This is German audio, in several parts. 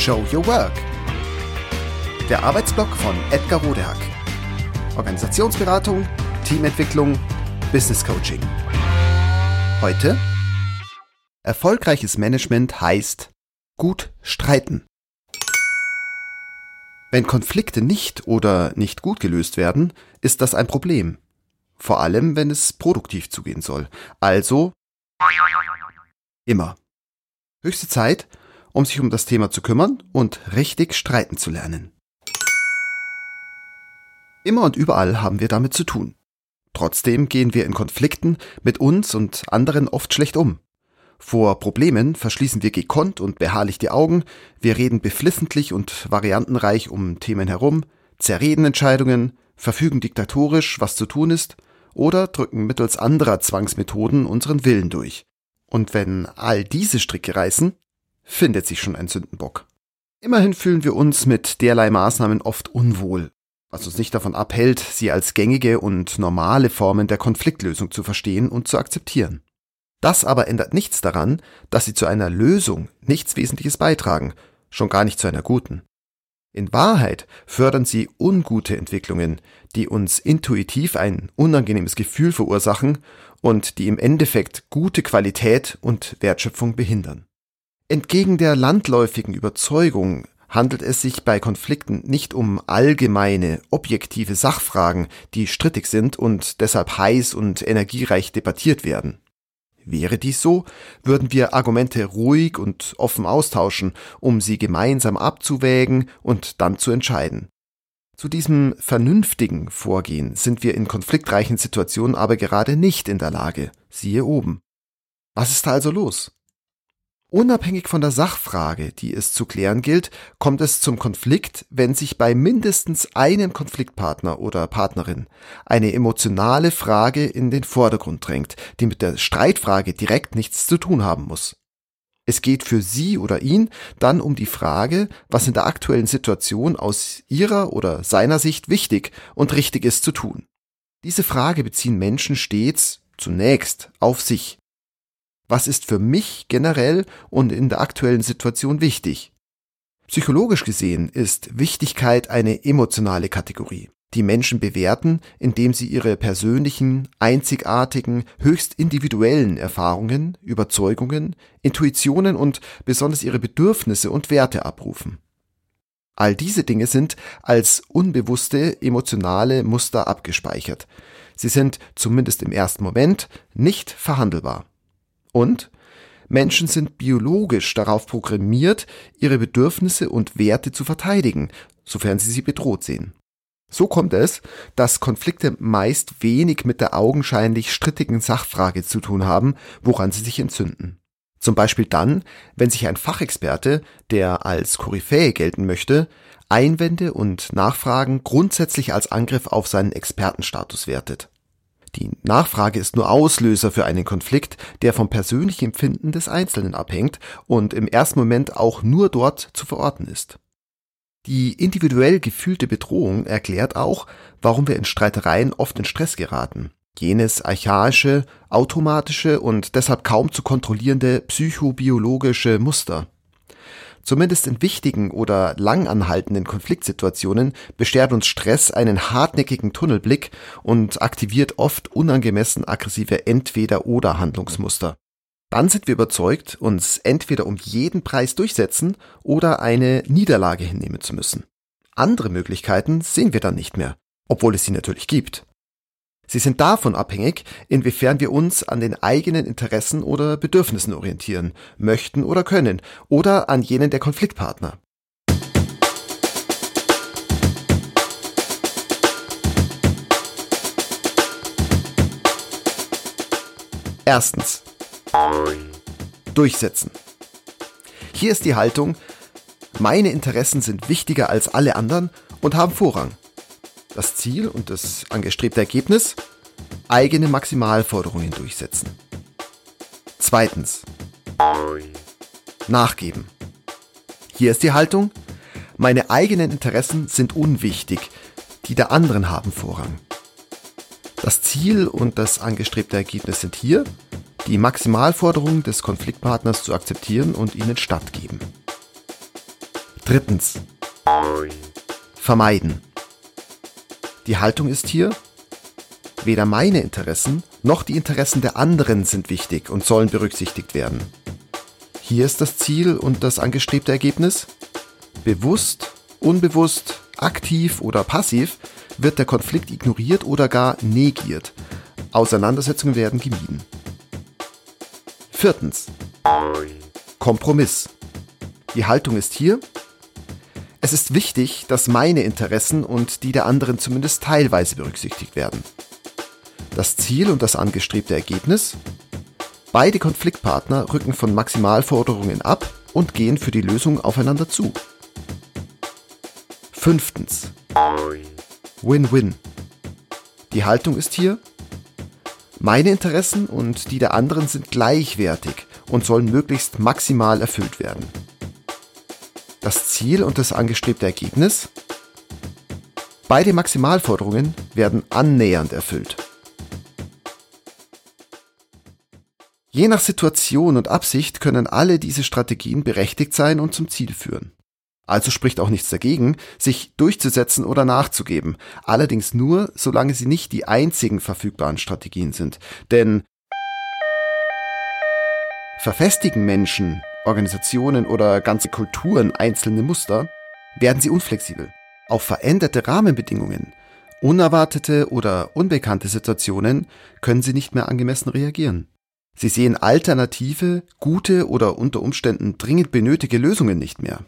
Show Your Work. Der Arbeitsblock von Edgar Rodehack. Organisationsberatung, Teamentwicklung, Business Coaching. Heute: Erfolgreiches Management heißt gut streiten. Wenn Konflikte nicht oder nicht gut gelöst werden, ist das ein Problem. Vor allem, wenn es produktiv zugehen soll. Also immer. Höchste Zeit, um sich um das Thema zu kümmern und richtig streiten zu lernen. Immer und überall haben wir damit zu tun. Trotzdem gehen wir in Konflikten mit uns und anderen oft schlecht um. Vor Problemen verschließen wir gekonnt und beharrlich die Augen, wir reden beflissentlich und variantenreich um Themen herum, zerreden Entscheidungen, verfügen diktatorisch, was zu tun ist, oder drücken mittels anderer Zwangsmethoden unseren Willen durch. Und wenn all diese Stricke reißen, findet sich schon ein Sündenbock. Immerhin fühlen wir uns mit derlei Maßnahmen oft unwohl, was uns nicht davon abhält, sie als gängige und normale Formen der Konfliktlösung zu verstehen und zu akzeptieren. Das aber ändert nichts daran, dass sie zu einer Lösung nichts Wesentliches beitragen, schon gar nicht zu einer guten. In Wahrheit fördern sie ungute Entwicklungen, die uns intuitiv ein unangenehmes Gefühl verursachen und die im Endeffekt gute Qualität und Wertschöpfung behindern. Entgegen der landläufigen Überzeugung handelt es sich bei Konflikten nicht um allgemeine, objektive Sachfragen, die strittig sind und deshalb heiß und energiereich debattiert werden. Wäre dies so, würden wir Argumente ruhig und offen austauschen, um sie gemeinsam abzuwägen und dann zu entscheiden. Zu diesem vernünftigen Vorgehen sind wir in konfliktreichen Situationen aber gerade nicht in der Lage, siehe oben. Was ist da also los? Unabhängig von der Sachfrage, die es zu klären gilt, kommt es zum Konflikt, wenn sich bei mindestens einem Konfliktpartner oder Partnerin eine emotionale Frage in den Vordergrund drängt, die mit der Streitfrage direkt nichts zu tun haben muss. Es geht für sie oder ihn dann um die Frage, was in der aktuellen Situation aus ihrer oder seiner Sicht wichtig und richtig ist zu tun. Diese Frage beziehen Menschen stets zunächst auf sich. Was ist für mich generell und in der aktuellen Situation wichtig? Psychologisch gesehen ist Wichtigkeit eine emotionale Kategorie, die Menschen bewerten, indem sie ihre persönlichen, einzigartigen, höchst individuellen Erfahrungen, Überzeugungen, Intuitionen und besonders ihre Bedürfnisse und Werte abrufen. All diese Dinge sind als unbewusste emotionale Muster abgespeichert. Sie sind, zumindest im ersten Moment, nicht verhandelbar. Und Menschen sind biologisch darauf programmiert, ihre Bedürfnisse und Werte zu verteidigen, sofern sie bedroht sehen. So kommt es, dass Konflikte meist wenig mit der augenscheinlich strittigen Sachfrage zu tun haben, woran sie sich entzünden. Zum Beispiel dann, wenn sich ein Fachexperte, der als Koryphäe gelten möchte, Einwände und Nachfragen grundsätzlich als Angriff auf seinen Expertenstatus wertet. Die Nachfrage ist nur Auslöser für einen Konflikt, der vom persönlichen Empfinden des Einzelnen abhängt und im ersten Moment auch nur dort zu verorten ist. Die individuell gefühlte Bedrohung erklärt auch, warum wir in Streitereien oft in Stress geraten. Jenes archaische, automatische und deshalb kaum zu kontrollierende psychobiologische Muster. Zumindest in wichtigen oder lang anhaltenden Konfliktsituationen beschert uns Stress einen hartnäckigen Tunnelblick und aktiviert oft unangemessen aggressive Entweder-oder-Handlungsmuster. Dann sind wir überzeugt, uns entweder um jeden Preis durchsetzen oder eine Niederlage hinnehmen zu müssen. Andere Möglichkeiten sehen wir dann nicht mehr, obwohl es sie natürlich gibt. Sie sind davon abhängig, inwiefern wir uns an den eigenen Interessen oder Bedürfnissen orientieren, möchten oder können, oder an jenen der Konfliktpartner. Erstens. Durchsetzen. Hier ist die Haltung: Meine Interessen sind wichtiger als alle anderen und haben Vorrang. Das Ziel und das angestrebte Ergebnis: eigene Maximalforderungen durchsetzen. Zweitens. Nachgeben. Hier ist die Haltung: Meine eigenen Interessen sind unwichtig, die der anderen haben Vorrang. Das Ziel und das angestrebte Ergebnis sind hier: die Maximalforderungen des Konfliktpartners zu akzeptieren und ihnen stattgeben. Drittens. Vermeiden. Die Haltung ist hier: Weder meine Interessen noch die Interessen der anderen sind wichtig und sollen berücksichtigt werden. Hier ist das Ziel und das angestrebte Ergebnis: Bewusst, unbewusst, aktiv oder passiv wird der Konflikt ignoriert oder gar negiert. Auseinandersetzungen werden gemieden. Viertens. Kompromiss. Die Haltung ist hier: Es ist wichtig, dass meine Interessen und die der anderen zumindest teilweise berücksichtigt werden. Das Ziel und das angestrebte Ergebnis: Beide Konfliktpartner rücken von Maximalforderungen ab und gehen für die Lösung aufeinander zu. Fünftens. Win-win. Die Haltung ist hier: Meine Interessen und die der anderen sind gleichwertig und sollen möglichst maximal erfüllt werden. Das Ziel und das angestrebte Ergebnis: Beide Maximalforderungen werden annähernd erfüllt. Je nach Situation und Absicht können alle diese Strategien berechtigt sein und zum Ziel führen. Also spricht auch nichts dagegen, sich durchzusetzen oder nachzugeben, allerdings nur, solange sie nicht die einzigen verfügbaren Strategien sind. Denn verfestigen Menschen, Organisationen oder ganze Kulturen einzelne Muster, werden sie unflexibel. Auf veränderte Rahmenbedingungen, unerwartete oder unbekannte Situationen können sie nicht mehr angemessen reagieren. Sie sehen alternative, gute oder unter Umständen dringend benötigte Lösungen nicht mehr.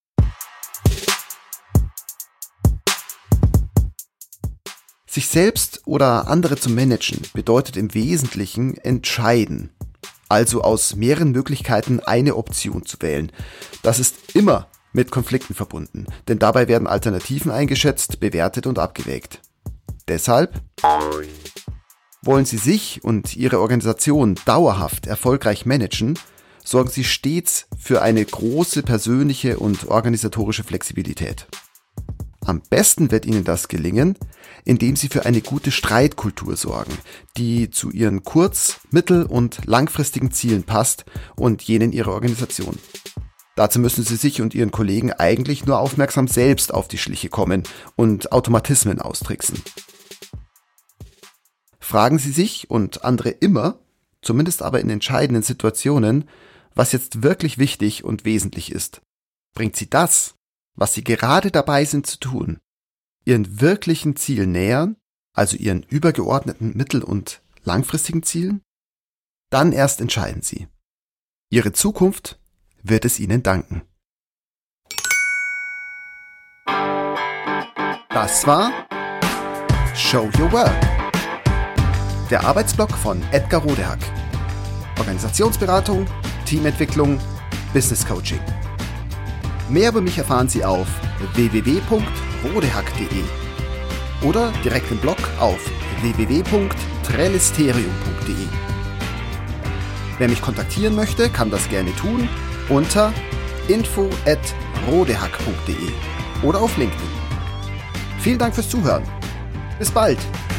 Sich selbst oder andere zu managen bedeutet im Wesentlichen entscheiden. Also aus mehreren Möglichkeiten eine Option zu wählen. Das ist immer mit Konflikten verbunden, denn dabei werden Alternativen eingeschätzt, bewertet und abgewägt. Deshalb: Wollen Sie sich und Ihre Organisation dauerhaft erfolgreich managen, sorgen Sie stets für eine große persönliche und organisatorische Flexibilität. Am besten wird Ihnen das gelingen, indem Sie für eine gute Streitkultur sorgen, die zu Ihren kurz-, mittel- und langfristigen Zielen passt und jenen Ihrer Organisation. Dazu müssen Sie sich und Ihren Kollegen eigentlich nur aufmerksam selbst auf die Schliche kommen und Automatismen austricksen. Fragen Sie sich und andere immer, zumindest aber in entscheidenden Situationen, was jetzt wirklich wichtig und wesentlich ist. Bringt Sie das, was Sie gerade dabei sind zu tun, Ihren wirklichen Zielen näher, also Ihren übergeordneten mittel- und langfristigen Zielen? Dann erst entscheiden Sie. Ihre Zukunft wird es Ihnen danken. Das war Show Your Work, der Arbeitsblock von Edgar Rodehack. Organisationsberatung, Teamentwicklung, Business Coaching. Mehr über mich erfahren Sie auf www.rodehack.de oder direkt im Blog auf www.trellisterium.de. Wer mich kontaktieren möchte, kann das gerne tun unter info@rodehack.de oder auf LinkedIn. Vielen Dank fürs Zuhören. Bis bald!